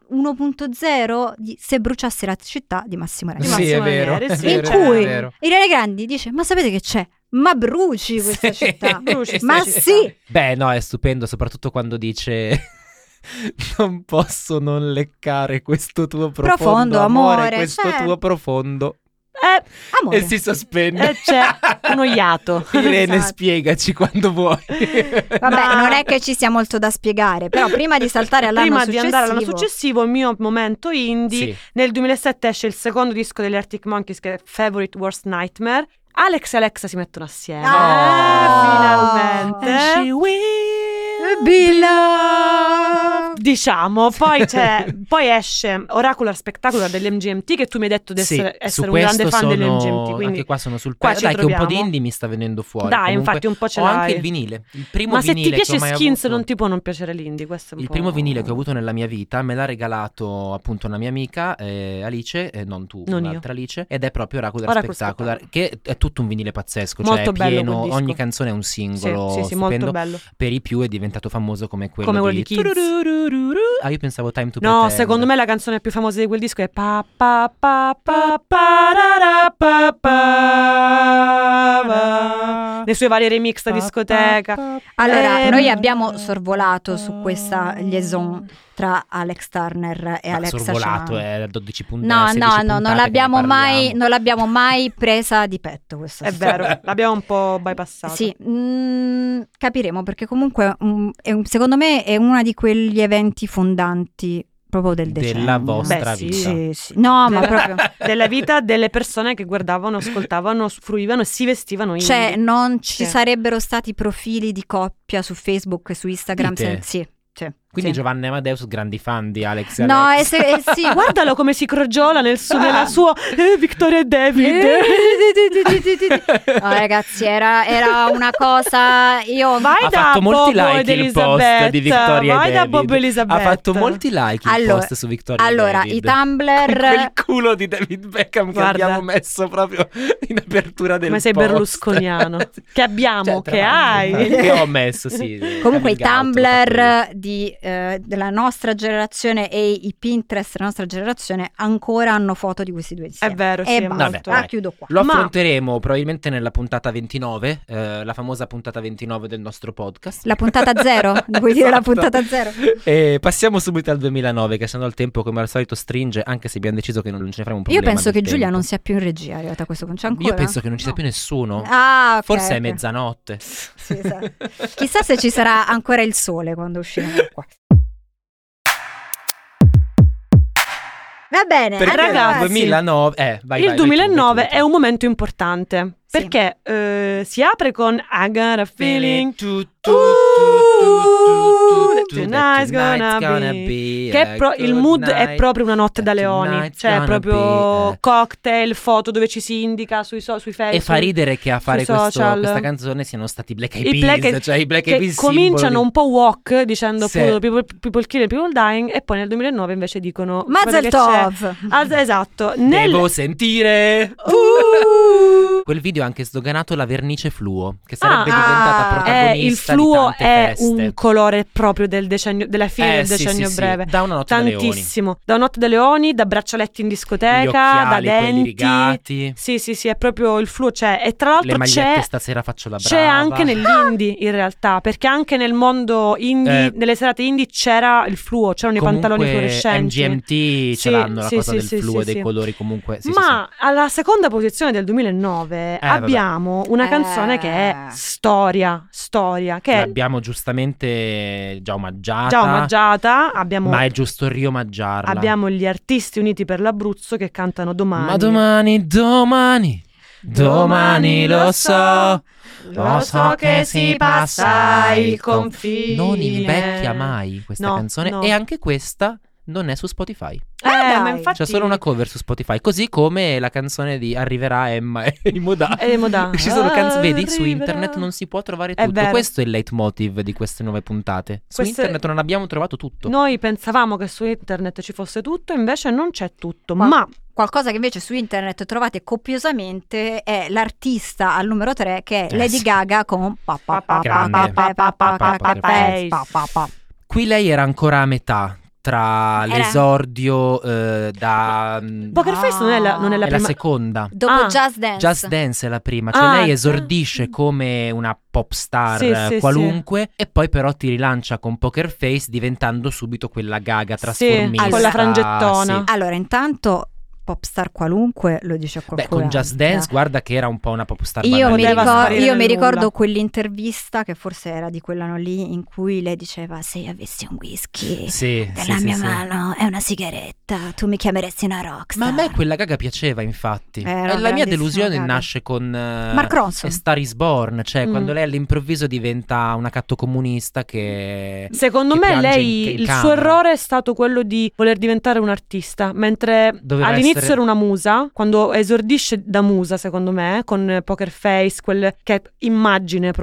1.0 di Se bruciassi la città di Massimo Ranieri. Di Sì, è Massimo vero, Ranieri, è sì, vero, In è cioè, cui vero. Irene Grandi dice: ma sapete che c'è? Ma bruci questa Sì. città. Bruci sta Ma città. sì. Beh, no, è stupendo, soprattutto quando dice non posso non leccare questo tuo profondo amore, questo tuo profondo. Amore. E si sospende. C'è uno iato. Irene, Esatto. spiegaci quando vuoi. Vabbè, Ma- non è che ci sia molto da spiegare, però prima di saltare all'anno Prima successivo, di andare all'anno successivo, il mio momento indie, Sì. nel 2007 esce il secondo disco degli Arctic Monkeys, che è Favorite Worst Nightmare, Alex e Alexa si mettono assieme. Oh, Finalmente. And she will be loved. Diciamo, poi esce Oracular Spectacular dell'MGMT, che tu mi hai detto di Sì, essere su un grande questo fan sono- dell'MGMT, quindi anche qua sono sul qua pezzo. ci Dai, che un po' di troviamo. indie mi sta venendo fuori. Dai, Comunque, infatti un po' ce ho l'hai. anche il vinile. Il primo Ma se vinile ti che ho piace mai Skins avuto. non ti può non piacere l'indie, questo è un Il po'... primo vinile che ho avuto nella mia vita me l'ha regalato appunto una mia amica Alice, non tu, Non un'altra Alice, ed è proprio Oracular Oracular Spectacular, che è tutto un vinile pazzesco, cioè Molto è bello pieno, quel disco. ogni canzone è un singolo Sì, stupendo. molto bello. Per i più è diventato famoso come quello, Come quello di Kids. Tururururu. Ah, io pensavo Time to No, Pretend. secondo me la canzone più famosa di quel disco è pa pa pa pa parara pa pa, nei suoi vari remix da discoteca. Allora, noi abbiamo sorvolato su questa liaison tra Alex Turner e Alexa sorvolato Chang. è 12 puntate. No, 16 no, puntate non che l'abbiamo ne parliamo. non l'abbiamo mai presa di petto questa È storia. vero, l'abbiamo un po' bypassata. Sì, capiremo, perché comunque secondo me è uno di quegli eventi fondanti proprio del decennio. Della vostra Beh, sì. vita. Sì, sì. No, ma proprio... Della vita delle persone che guardavano, ascoltavano, fruivano e si vestivano indie. Cioè, non ci Sì. sarebbero stati profili di coppia su Facebook e su Instagram. Dite? Sì, sì. Quindi sì. Giovanni Amadeus, grandi fan di Alex e No, Alex. sì. Guardalo come si crogiola nella sua Victoria e David. No, ragazzi, era una cosa. Io Vai Ha da fatto molti Bobo like ed il post Elisabetta, di Victoria vai e da David. Bobo e Elisabetta. Ha fatto molti like il Allora- post su Victoria allora, e David. i Tumblr. Con quel culo di David Beckham che Guarda. abbiamo messo proprio in apertura del Come sei post. berlusconiano. Che abbiamo, Cioè, che tra hai. l'altro, che ho messo, sì. Comunque i coming out, l'ho fatto io. Tumblr della nostra generazione e i Pinterest della nostra generazione ancora hanno foto di questi due insieme. È vero, sì, E è basta. molto. La chiudo qua. Lo Ma- affronteremo probabilmente nella puntata 29, la famosa puntata 29 del nostro podcast. La puntata zero? Vuoi dire la puntata zero? E passiamo subito al 2009, che sennò il tempo come al solito stringe, anche se abbiamo deciso che non ce ne faremo un Io problema. penso che del Giulia tempo. non sia più in regia, arrivata a questo punto. C'è ancora? Io penso che non ci sia No. più nessuno. Ah, ok, Forse è ok. mezzanotte. Sì, chissà se ci sarà ancora il sole quando usciremo da qua. Va bene, Perché ragazzi, il 2009, vai, Il vai, 2009 vai tu. è un momento importante Sì. perché si apre con I Got a Feeling. Tonight's gonna be. Che è il mood è proprio una notte da leoni, cioè è proprio cocktail, foto dove ci si indica sui Facebook. E fa ridere che a fare sui social. questa canzone siano stati Black Eyed I Peas, Black- cioè i Black che Eyed Peas cominciano simbolo un po' walk dicendo Sì. people killing, people dying, e poi nel 2009 invece dicono Mazel tov. esatto, di... nel Devo sentire quel video ha anche sdoganato la vernice fluo, che sarebbe diventata protagonista il fluo di tante è feste. un colore proprio del decennio, della fine del Sì, decennio sì, breve. sì. Da una notte da leoni. Tantissimo. Da Notte da Leoni, da braccialetti in Gli discoteca, da occhiali, quelli denti. rigati. Sì, è proprio il fluo c'è. E tra l'altro Le magliette c'è stasera faccio la brava. c'è anche negli in realtà, perché anche nel mondo indie, nelle serate indie c'era il fluo, c'erano i pantaloni fluorescenti. MGMT ce l'hanno la sì, cosa sì, del sì, fluo e sì, dei sì. colori comunque. Sì, Ma alla seconda posizione del 2009 abbiamo una canzone che è storia, che è l'abbiamo giustamente già omaggiata. abbiamo, Ma è giusto riomaggiarla. abbiamo gli Artisti Uniti per l'Abruzzo che cantano Domani. Ma domani lo so che si passa il confine. Non invecchia mai questa No, canzone no. e anche questa non è su Spotify. dai. Ma infatti C'è solo una cover su Spotify, così come la canzone di Arriverà Emma e i Modà. Ci sono vedi, su internet non si può trovare È tutto. vero. Questo è il leitmotiv di queste nuove puntate. Su Queste- internet non abbiamo trovato tutto. Noi pensavamo che su internet ci fosse tutto, invece non c'è tutto. Ma- Ma Qualcosa che invece su internet trovate copiosamente è l'artista al numero 3 che è Lady sì. Gaga con Grande. Qui lei era ancora a metà tra Era- l'esordio da Poker Face non è la è la prima. seconda. Dopo Ah, Just Dance. Just Dance è la prima, cioè Ah, lei esordisce come una pop star Sì, sì, qualunque e poi però ti rilancia con Poker Face diventando subito quella Gaga trasformista. con la frangettona. Sì. Allora, intanto popstar qualunque lo dice a Beh, qualcuno. con Just Dance guarda che era un po' una pop star Io mi, Poteva sparire io mi nel ricordo nulla. quell'intervista che forse era di quell'anno lì in cui lei diceva: se avessi un whisky Sì, nella sì, mia sì. mano è una sigaretta. realtà tu mi chiameresti una rockstar. Ma a me quella gaga piaceva, infatti. La mia delusione nasce con Mark Ronson. Star is Born, cioè quando lei all'improvviso diventa una cattocomunista che secondo me lei il suo errore è stato quello di voler diventare un artista, mentre all'inizio era una musa, quando esordisce da musa secondo me con Poker Face, quel che è immagine,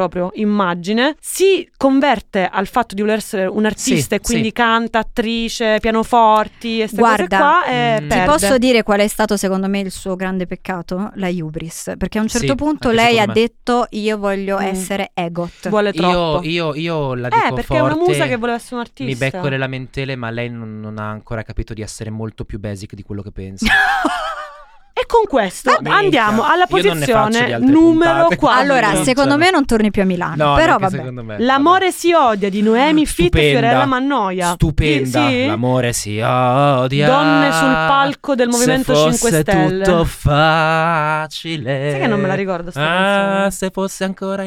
si converte al fatto di voler essere un artista e quindi canta, attrice, pianoforti e queste cose qua e ti posso dire qual è stato secondo me il suo grande peccato? La hubris, perché a un certo punto lei ha detto io voglio essere EGOT. Vuole troppo. Io la dico perché forte, è una musa che voleva essere un artista. Mi becco le lamentele, ma lei non ha ancora capito di essere molto più basic di quello che pensa. E con questo andiamo alla posizione numero 4. Allora, secondo me non torni più a Milano, però vabbè. L'amore si odia di Noemi Fit e Fiorella Mannoia. Stupenda. Sì. L'amore si odia. Donne sul palco del Movimento 5 Stelle. Tutto facile. Sai che non me la ricordo sta canzone. Se fosse ancora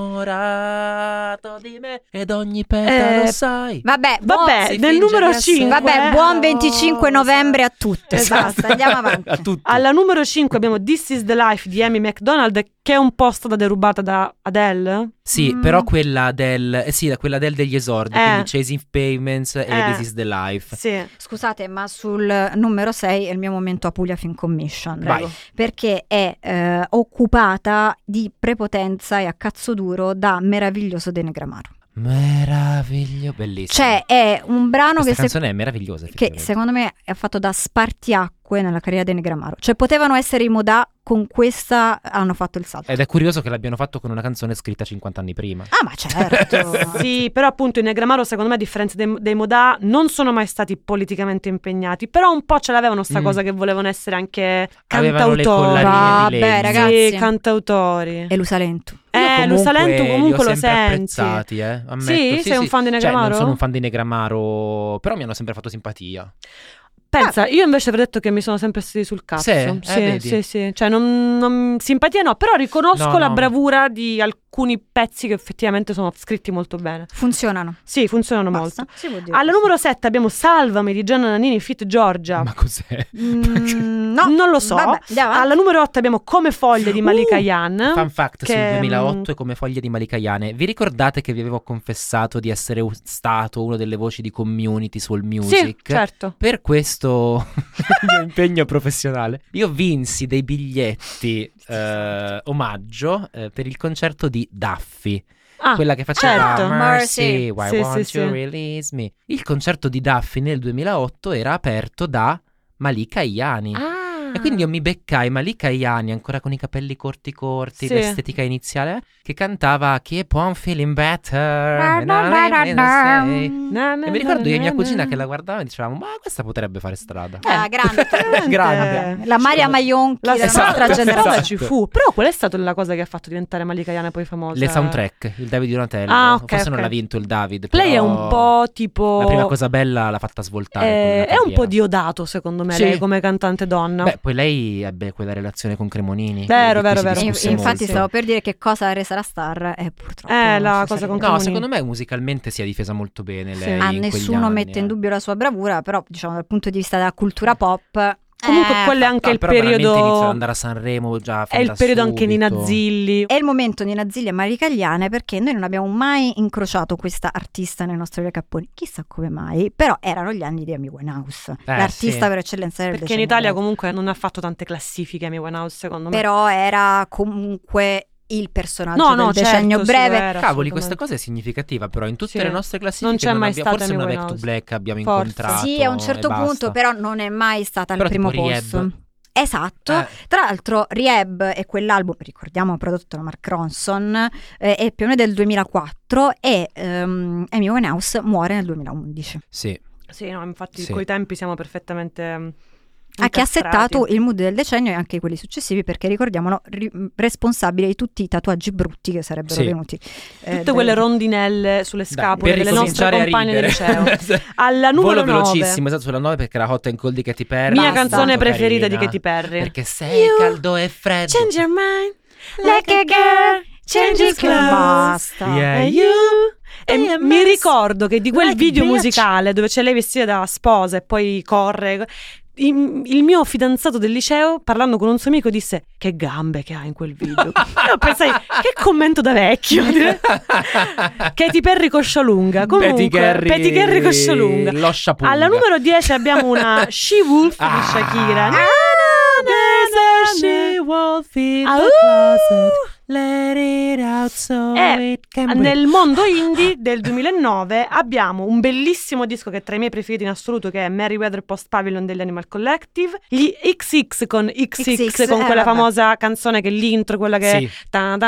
innamorato di me ed ogni petalo sai. Vabbè, nel numero 5. Vabbè, buon 25 novembre a tutte. Esatto. Basta, andiamo avanti. A tutti. Alla numero 5 abbiamo This is the Life di Amy McDonald, che è un po' stata derubata da Adele. Sì, però quella Adele, quella Adele degli esordi, quindi Chasing Pavements e This is the Life. Sì. Scusate, ma sul numero 6 è il mio momento Apulia Film Commission. Vai. Perché è occupata di prepotenza e a cazzo duro da Meraviglioso de Negramaro. Meraviglioso, bellissimo. Cioè è un brano questa canzone è meravigliosa, che secondo me è fatto da spartiacque nella carriera di Negramaro. Cioè potevano essere i Modà, con questa hanno fatto il salto. Ed è curioso che l'abbiano fatto con una canzone scritta 50 anni prima. Ah, ma certo. Sì, però appunto i Negramaro secondo me a differenza dei Modà non sono mai stati politicamente impegnati, però un po' ce l'avevano sta cosa che volevano essere anche cantautori. Vabbè, ragazzi, sì, cantautori. E Lusalento. Lusalento comunque lo senti. Apprezzati, ammetto. Sì, sei un fan di Negramaro? Cioè, non sono un fan di Negramaro, però mi hanno sempre fatto simpatia. Pensa, io invece avrei detto che mi sono sempre stati sul cazzo. Sì. Cioè, non simpatia no, però riconosco la bravura di alcuni pezzi che effettivamente sono scritti molto bene. Funzionano. Sì, funzionano molto. Alla numero 7 abbiamo Salvami di Gianna Nannini feat Giorgia. Ma cos'è? No, non lo so. Vabbè, alla numero 8 abbiamo Come Foglie di Malika Yan. Fun fact sul 2008 e Come Foglie di Malika Yan. Vi ricordate che vi avevo confessato di essere stato una delle voci di Community Soul Music? Sì, certo. Per questo mio impegno professionale io vinsi dei biglietti omaggio per il concerto di Daffy, quella che faceva Mercy, Why Won't You Release Me. Il concerto di Daffy nel 2008 era aperto da Malika Ayani. E quindi io mi beccai Malika Ayani ancora con i capelli corti, l'estetica iniziale, che cantava Keep on feeling better. E mi ricordo io e mia cugina che la guardava e dicevamo ma questa potrebbe fare strada. Grande. La Maria Maionchi della nostra generazione. Ci fu. Però qual è stata la cosa che ha fatto diventare Malika Ayani poi famosa? Le soundtrack, il David Donatello. Forse non l'ha vinto il David, però lei è un po' tipo la prima cosa bella l'ha fatta svoltare. È un po' diodato secondo me lei come cantante donna. Beh, poi lei ebbe quella relazione con Cremonini. Vero. Infatti stavo per dire che cosa ha resa la star è purtroppo la cosa con Cremonini. No, secondo me musicalmente si è difesa molto bene lei. Nessuno mette in dubbio la sua bravura, però diciamo dal punto di vista della cultura pop comunque quello è anche il periodo inizia ad andare a Sanremo già è il periodo subito. Anche Nina Zilli è il momento Nina Zilli e Malika Ayani, perché noi non abbiamo mai incrociato questa artista nel nostro Recapponi, chissà come mai, però erano gli anni di Amy Winehouse, l'artista per eccellenza del perché in Italia comunque non ha fatto tante classifiche Amy Winehouse secondo me, però era comunque il personaggio del decennio breve. Cavoli, questa cosa è significativa, però in tutte le nostre classifiche non c'è mai stata forse una Back to Black abbiamo incontrato. Sì, a un certo punto, però non è mai stata al primo posto. Esatto, tra l'altro Rehab è quell'album, ricordiamo, prodotto da Mark Ronson, è più o meno del 2004 e Amy Winehouse muore nel 2011. Sì, no, infatti coi tempi siamo perfettamente che ha settato il mood del decennio e anche quelli successivi, perché ricordiamolo responsabile di tutti i tatuaggi brutti che sarebbero venuti, tutte quelle rondinelle sulle scapole delle nostre compagne del liceo. Alla numero 9 velocissimo, esatto, sulla 9 perché era Hot and Cold di Katy Perry, mia canzone preferita di Katy Perry, perché sei caldo e freddo, change your mind like a girl changes clothes, basta, yeah, you E mi ricordo che di quel video musicale dove c'è lei vestita da sposa e poi corre, il mio fidanzato del liceo, parlando con un suo amico, disse: che gambe che ha in quel video. Io pensai, che commento da vecchio. Katy Perry coscialunga. Comunque Patty Carey coscialunga. Alla numero 10 abbiamo una She Wolf di Shakira. She wolf in the closet, let it out so it can breathe. Nel mondo indie del 2009 abbiamo un bellissimo disco che è tra i miei preferiti in assoluto, che è Merryweather Post Pavilion degli Animal Collective. Gli XX con XX con quella famosa canzone che è l'intro, quella che sì.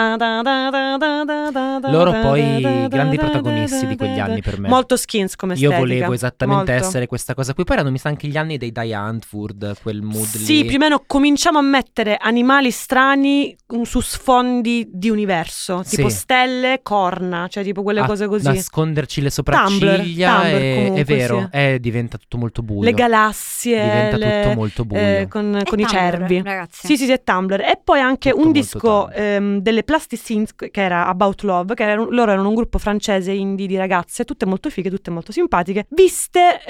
Loro poi grandi protagonisti di quegli anni per me. Molto Skins come estetica. Io volevo esattamente essere questa cosa qui. Poi erano, mi sa, anche gli anni dei Die Antwoord, quel mood lì. Sì, più o meno cominciamo a mettere animali strani su sfondi di universo, tipo stelle, corna, cioè tipo quelle cose così. Nasconderci le sopracciglia. Tumblr è vero, sì. Diventa tutto molto buio. Le galassie. Diventa tutto molto buio. Con i Tumblr, cervi. Ragazzi. Sì, è Tumblr. E poi anche tutto un disco delle Plasticines, che era About Love, che loro erano un gruppo francese indie di ragazze, tutte molto fighe, tutte molto simpatiche, viste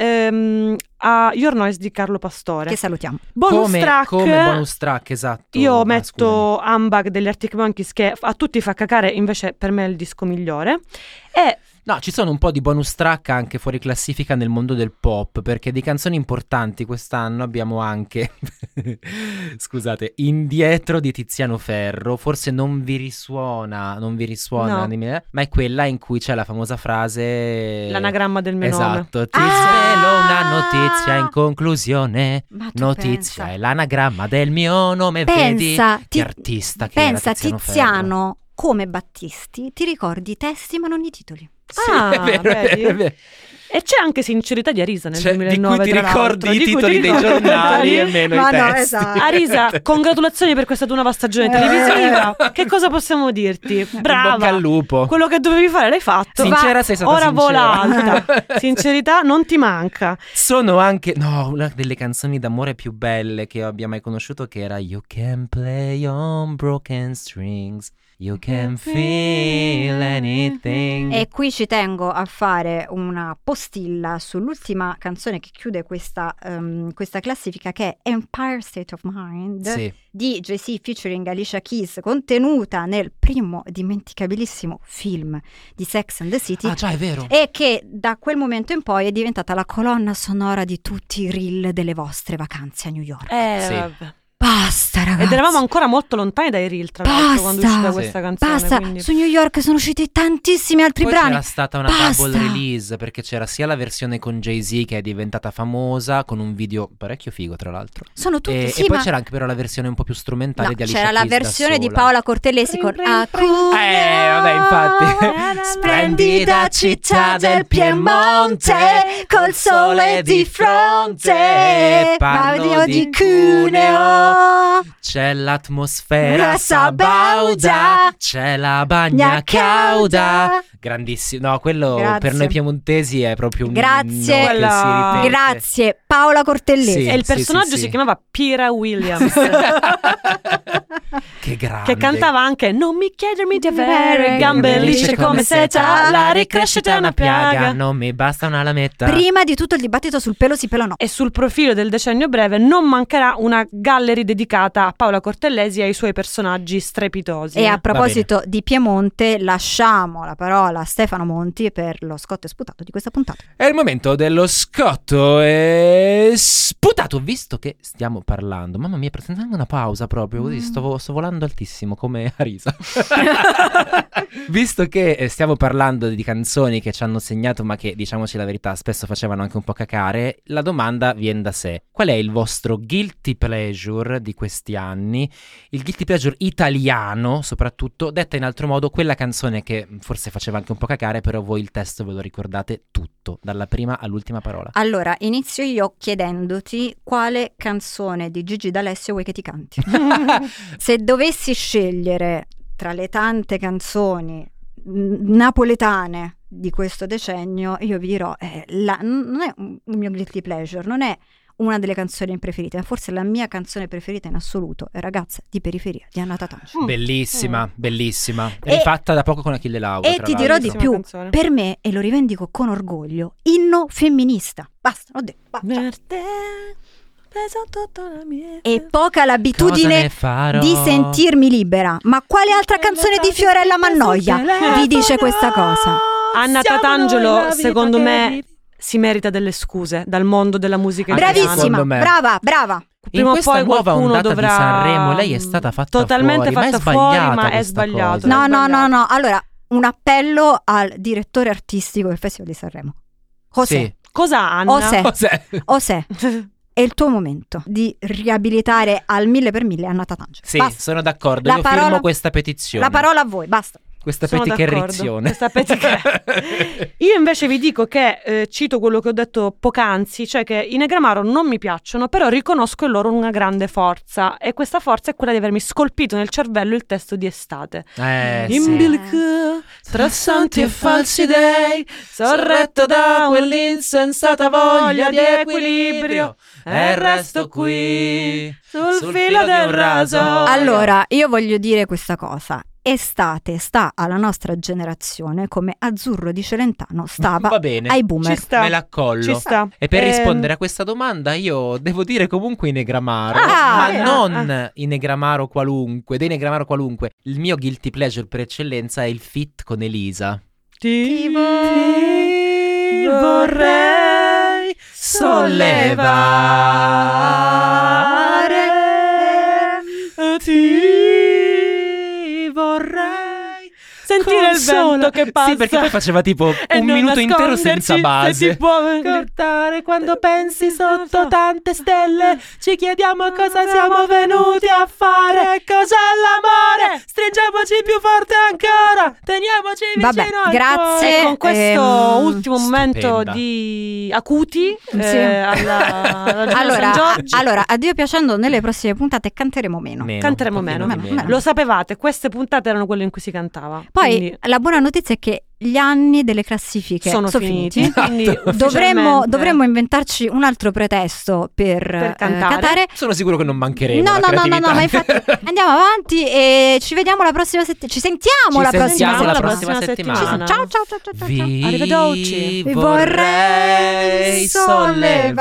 a Your Noise di Carlo Pastore. Che salutiamo. Bonus come bonus track, esatto. Io metto Humbug degli Arctic Monkeys, che a tutti fa cacare, invece per me è il disco migliore. E no, ci sono un po' di bonus track anche fuori classifica nel mondo del pop, perché di canzoni importanti quest'anno abbiamo anche scusate, Indietro di Tiziano Ferro. Forse non vi risuona no. Ma è quella in cui c'è la famosa frase, l'anagramma del mio nome. Esatto, ti svelo una notizia in conclusione. Notizia è l'anagramma del mio nome. Pensa, vedi che artista che era Tiziano come Battisti, ti ricordi i testi ma non i titoli. Sì, è vero. E c'è anche Sincerità di Arisa nel 2009, di cui ti ricordi i titoli dei giornali e meno i testi. Esatto. Arisa, congratulazioni per questa tua nuova stagione televisiva. Che cosa possiamo dirti? Brava, bocca al lupo. Quello che dovevi fare l'hai fatto. Sincera, sei stata ora sincera. vola alta. Sincerità non ti manca. Sono anche una delle canzoni d'amore più belle che abbia mai conosciuto, che era You Can Play on Broken Strings, You Can Feel Anything. E qui ci tengo a fare una postilla sull'ultima canzone che chiude questa classifica, che è Empire State of Mind di Jay-Z featuring Alicia Keys, contenuta nel primo dimenticabilissimo film di Sex and the City. Ah già, è vero. E che da quel momento in poi è diventata la colonna sonora di tutti i reel delle vostre vacanze a New York. Vabbè. Basta, ragazzi. Ed eravamo ancora molto lontani dai reel, tra l'altro, quando è uscita questa canzone. Basta, quindi su New York sono usciti tantissimi altri poi brani. C'era stata una double release, perché c'era sia la versione con Jay-Z, che è diventata famosa, con un video parecchio figo, tra l'altro. Sono tutti, e poi c'era anche però la versione un po' più strumentale di Alicia Keys. C'era la versione di Paola Cortellesi con vabbè, infatti. Splendida città del Piemonte, col sole di fronte, parlo di Cuneo. C'è l'atmosfera sabauda, c'è la bagna cauda. Grandissimo. No, quello per noi piemontesi è proprio un Grazie Paola Cortellesi. E il personaggio si chiamava Pira Williams. Che grande. Che cantava anche Non mi chiedermi di avere gambe lisce come seta, la ricrescita è una piaga, non mi basta una lametta. Prima di tutto il dibattito sul pelo sì, pelo no. E sul profilo del decennio breve non mancherà una gallery dedicata a Paola Cortellesi e ai suoi personaggi strepitosi. E a proposito di Piemonte, lasciamo la parola a Stefano Monti per lo scotto e sputato di questa puntata. È il momento dello scotto e sputato, visto che stiamo parlando. Mamma mia, prendendo una pausa proprio, così sto volando altissimo come Arisa. Visto che stiamo parlando di canzoni che ci hanno segnato, ma che, diciamoci la verità, spesso facevano anche un po' cacare, la domanda viene da sé: qual è il vostro guilty pleasure di questi anni? Il guilty pleasure italiano, soprattutto, detta in altro modo, quella canzone che forse faceva anche un po' cacare, però voi il testo ve lo ricordate tutto, dalla prima all'ultima parola. Allora, inizio io chiedendoti quale canzone di Gigi D'Alessio vuoi che ti canti. Se dovessi scegliere tra le tante canzoni napoletane di questo decennio, io vi dirò, non è un mio guilty pleasure, non è una delle canzoni preferite, forse la mia canzone preferita in assoluto è Ragazza di periferia di Anna Tatangelo. Bellissima, bellissima. Rifatta da poco con Achille Lauro. E ti dirò di più, canzone. Per me, e lo rivendico con orgoglio, inno femminista. Basta, ho detto. E poca l'abitudine di sentirmi libera. Ma quale altra canzone di Fiorella Mannoia vi dice questa cosa? Anna Tatangelo, secondo me, si merita delle scuse dal mondo della musica italiana. Bravissima, brava. In questa nuova ondata di Sanremo lei è stata fatta totalmente fuori, fatta fuori, ma è sbagliato. No. Allora, un appello al direttore artistico del Festival di Sanremo. José. Sì. Cosa, Anna? José. È il tuo momento di riabilitare al 1000% Anna Tatangelo. Sì, basta. sono d'accordo. Io firmo questa petizione. La parola a voi, basta. Questa peticherrizione. Io invece vi dico che cito quello che ho detto poc'anzi, cioè che i Negramaro non mi piacciono, però riconosco in loro una grande forza, e questa forza è quella di avermi scolpito nel cervello il testo di Estate. In bilico, tra santi e falsi dei, sorretto da quell'insensata voglia di equilibrio, e resto qui sul filo del rasoio. Allora, io voglio dire questa cosa. Estate sta alla nostra generazione come Azzurro di Celentano stava ai boomer. Ci sta. Me l'accollo. Ci sta. E per rispondere a questa domanda io devo dire comunque i Negramaro, ma non i Negramaro qualunque, dei Negramaro qualunque. Il mio guilty pleasure per eccellenza è il feat con Elisa. Ti vorrei sollevare, ti vorrei sentire il vento che passa. Sì, perché poi faceva tipo un minuto intero senza base. Se ti può guardare quando pensi sotto tante stelle, ci chiediamo cosa siamo venuti a fare. Cos'è l'amore? Stringiamoci più forte ancora, teniamoci vicino al grazie. cuore. E con questo ultimo momento stupenda. di acuti alla allora, addio piacendo, nelle prossime puntate canteremo meno. Canteremo meno. Lo sapevate, queste puntate erano quelle in cui si cantava. Poi quindi la buona notizia è che gli anni delle classifiche sono finiti. Quindi dovremmo inventarci un altro pretesto per cantare. Sono sicuro che non mancheremo. No, ma infatti andiamo avanti e ci vediamo la prossima settimana. Ci sentiamo la prossima settimana. Ciao. Arrivederci. Vi vorrei sollevare.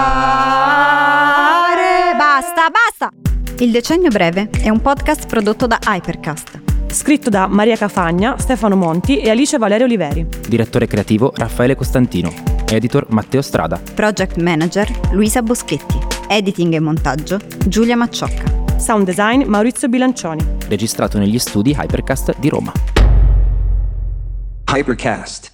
Basta. Il Decennio Breve è un podcast prodotto da Hypercast. Scritto da Maria Cafagna, Stefano Monti e Alice Valerio Oliveri. Direttore creativo Raffaele Costantino. Editor Matteo Strada. Project Manager Luisa Boschetti. Editing e montaggio Giulia Macciocca. Sound design Maurizio Bilancioni. Registrato negli studi Hypercast di Roma. Hypercast.